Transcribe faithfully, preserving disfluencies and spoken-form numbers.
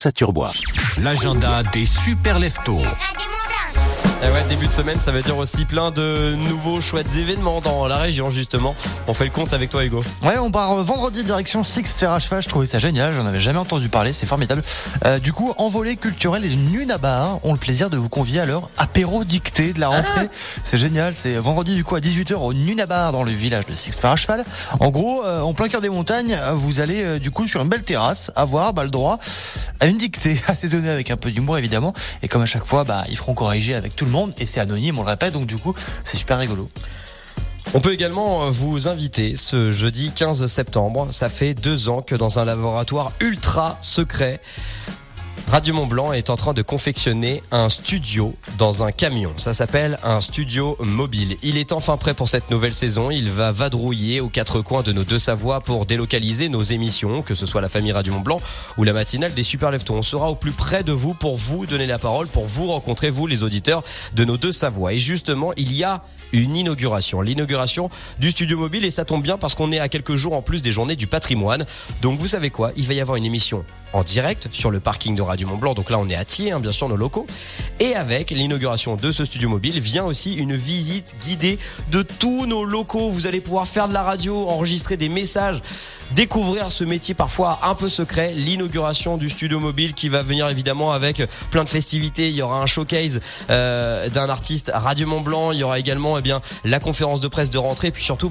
Saturbois. L'agenda des super leftos. Et ouais, début de semaine, ça veut dire aussi plein de nouveaux chouettes événements dans la région, justement. On fait le compte avec toi, Hugo. Ouais, on part vendredi direction Six faire à cheval. Je trouvais ça génial, j'en avais jamais entendu parler, c'est formidable. Euh, du coup, Envolée culturelle et le Nunabar ont le plaisir de vous convier à leur apéro dicté de la rentrée. Ah c'est génial, c'est vendredi du coup à dix-huit heures au Nunabar dans le village de Six faire à cheval. En gros, euh, en plein cœur des montagnes, vous allez euh, du coup sur une belle terrasse avoir bah, le droit à une dictée assaisonnée avec un peu d'humour évidemment. Et comme à chaque fois, bah, ils feront corriger avec tout le monde et c'est anonyme, on le répète, donc du coup c'est super rigolo. On peut également vous inviter ce jeudi quinze septembre. Ça fait deux ans que dans un laboratoire ultra secret, Radio Mont-Blanc est en train de confectionner un studio dans un camion. Ça s'appelle un studio mobile. Il est enfin prêt pour cette nouvelle saison. Il va vadrouiller aux quatre coins de nos deux Savoies pour délocaliser nos émissions, que ce soit la famille Radio Mont-Blanc ou la matinale des Super Leftos. On sera au plus près de vous pour vous donner la parole, pour vous rencontrer, vous les auditeurs de nos deux Savoies. Et justement, il y a une inauguration, l'inauguration du studio mobile, et ça tombe bien parce qu'on est à quelques jours en plus des journées du patrimoine. Donc vous savez quoi, il va y avoir une émission en direct sur le parking de Radio Mont-Blanc. Donc là on est à Thiers, hein, bien sûr, nos locaux. Et avec l'inauguration de ce studio mobile vient aussi une visite guidée de tous nos locaux. Vous allez pouvoir faire de la radio, enregistrer des messages, découvrir ce métier parfois un peu secret. L'inauguration du studio mobile qui va venir évidemment avec plein de festivités. Il y aura un showcase euh, d'un artiste Radio Mont-Blanc. Il y aura également eh bien la conférence de presse de rentrée, puis surtout